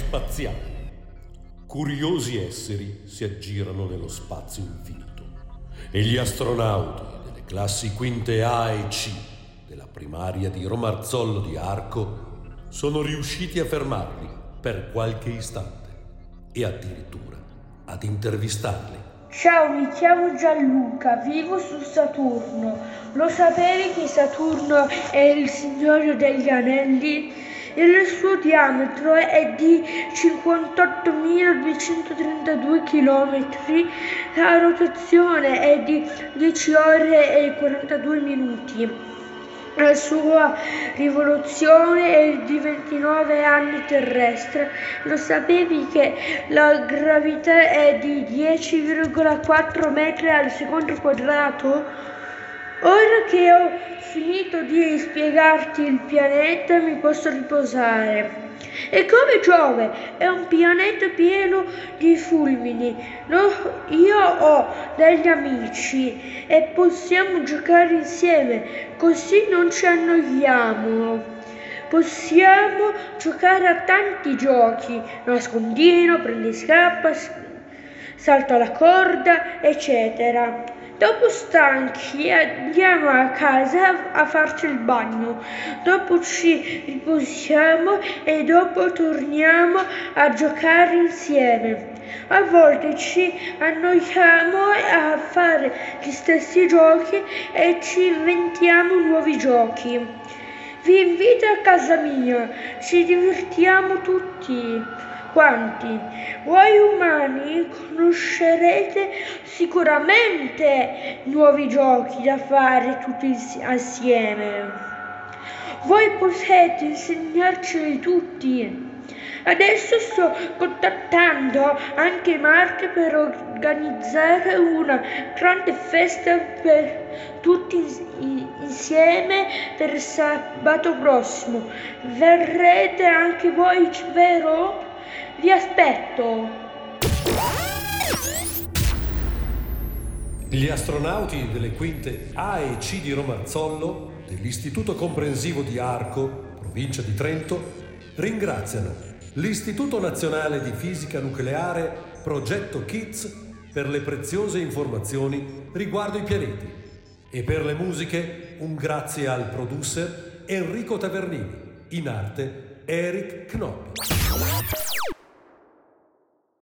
spaziale. Curiosi esseri si aggirano nello spazio infinito e gli astronauti delle classi quinte A e C della primaria di Romarzollo di Arco sono riusciti a fermarli per qualche istante e addirittura ad intervistarli. Ciao, mi chiamo Gianluca, vivo su Saturno. Lo sapevi che Saturno è il Signore degli Anelli? Il suo diametro è di 58.232 km, la rotazione è di 10 ore e 42 minuti. La sua rivoluzione è di 29 anni terrestre. Lo sapevi che la gravità è di 10,4 metri al secondo quadrato? Ora che ho finito di spiegarti il pianeta mi posso riposare. E come Giove è un pianeta pieno di fulmini. Io ho degli amici e possiamo giocare insieme, così non ci annoiamo. Possiamo giocare a tanti giochi, nascondino, prendi scappa, salto alla corda, eccetera. Dopo stanchi andiamo a casa a farci il bagno, dopo ci riposiamo e dopo torniamo a giocare insieme. A volte ci annoiamo a fare gli stessi giochi e ci inventiamo nuovi giochi. Vi invito a casa mia, ci divertiamo tutti quanti. Voi umani conoscerete sicuramente nuovi giochi da fare tutti assieme. Voi potete insegnarceli tutti. Adesso sto contattando anche Mark per organizzare una grande festa per tutti insieme per sabato prossimo. Verrete anche voi, vero? Vi aspetto! Gli astronauti delle quinte A e C di Romarzollo, dell'Istituto Comprensivo di Arco, provincia di Trento, ringraziano l'Istituto Nazionale di Fisica Nucleare Progetto Kids per le preziose informazioni riguardo i pianeti e per le musiche un grazie al producer Enrico Tavernini, in arte Eric Knoppi.